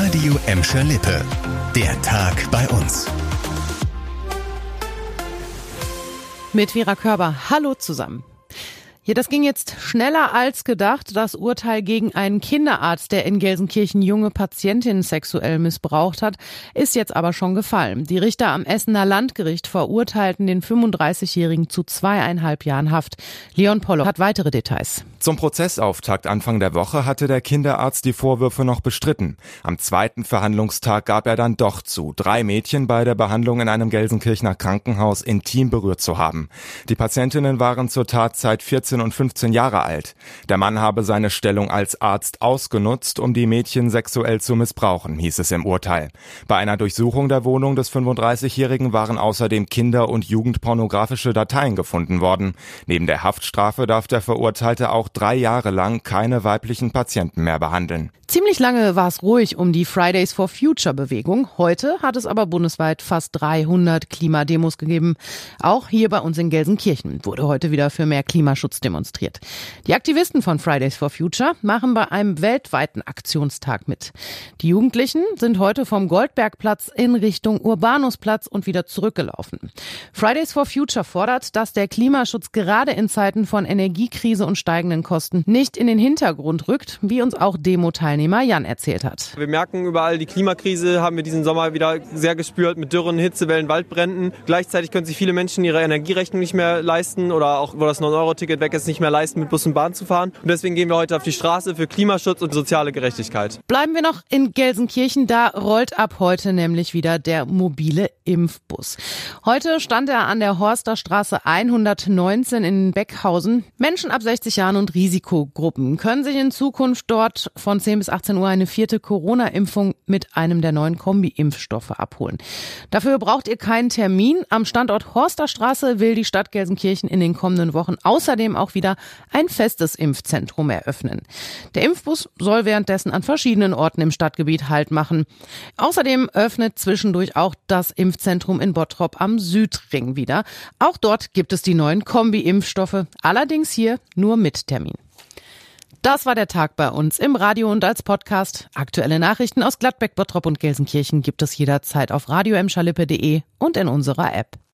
Radio Emscher Lippe. Der Tag bei uns. Mit Vera Körber. Hallo zusammen. Ja, das ging jetzt schneller als gedacht. Das Urteil gegen einen Kinderarzt, der in Gelsenkirchen junge Patientinnen sexuell missbraucht hat, ist jetzt aber schon gefallen. Die Richter am Essener Landgericht verurteilten den 35-Jährigen zu 2,5 Jahren Haft. Leon Pollock hat weitere Details. Zum Prozessauftakt Anfang der Woche hatte der Kinderarzt die Vorwürfe noch bestritten. Am zweiten Verhandlungstag gab er dann doch zu, 3 Mädchen bei der Behandlung in einem Gelsenkirchener Krankenhaus intim berührt zu haben. Die Patientinnen waren zur Tatzeit 14 und 15 Jahre alt. Der Mann habe seine Stellung als Arzt ausgenutzt, um die Mädchen sexuell zu missbrauchen, hieß es im Urteil. Bei einer Durchsuchung der Wohnung des 35-Jährigen waren außerdem kinder- und jugendpornografische Dateien gefunden worden. Neben der Haftstrafe darf der Verurteilte auch 3 Jahre lang keine weiblichen Patienten mehr behandeln. Ziemlich lange war es ruhig um die Fridays for Future Bewegung. Heute hat es aber bundesweit fast 300 Klimademos gegeben. Auch hier bei uns in Gelsenkirchen wurde heute wieder für mehr Klimaschutz demonstriert. Die Aktivisten von Fridays for Future machen bei einem weltweiten Aktionstag mit. Die Jugendlichen sind heute vom Goldbergplatz in Richtung Urbanusplatz und wieder zurückgelaufen. Fridays for Future fordert, dass der Klimaschutz gerade in Zeiten von Energiekrise und steigenden Kosten nicht in den Hintergrund rückt, wie uns auch Demo-Teilnehmer Jan erzählt hat. Wir merken überall, die Klimakrise haben wir diesen Sommer wieder sehr gespürt mit Dürren, Hitzewellen, Waldbränden. Gleichzeitig können sich viele Menschen ihre Energierechnung nicht mehr leisten oder auch, wo das 9-Euro-Ticket weg ist, nicht mehr leisten, mit Bus und Bahn zu fahren. Und deswegen gehen wir heute auf die Straße für Klimaschutz und soziale Gerechtigkeit. Bleiben wir noch in Gelsenkirchen. Da rollt ab heute nämlich wieder der mobile Impfbus. Heute stand er an der Horster Straße 119 in Beckhausen. Menschen ab 60 Jahren und Risikogruppen können sich in Zukunft dort von 10 bis 18 Uhr eine 4. Corona-Impfung mit einem der neuen Kombi-Impfstoffe abholen. Dafür braucht ihr keinen Termin. Am Standort Horster Straße will die Stadt Gelsenkirchen in den kommenden Wochen außerdem auch wieder ein festes Impfzentrum eröffnen. Der Impfbus soll währenddessen an verschiedenen Orten im Stadtgebiet Halt machen. Außerdem öffnet zwischendurch auch das Impfzentrum in Bottrop am Südring wieder. Auch dort gibt es die neuen Kombi-Impfstoffe, allerdings hier nur mit Termin. Das war der Tag bei uns im Radio und als Podcast. Aktuelle Nachrichten aus Gladbeck, Bottrop und Gelsenkirchen gibt es jederzeit auf radioemscherlippe.de und in unserer App.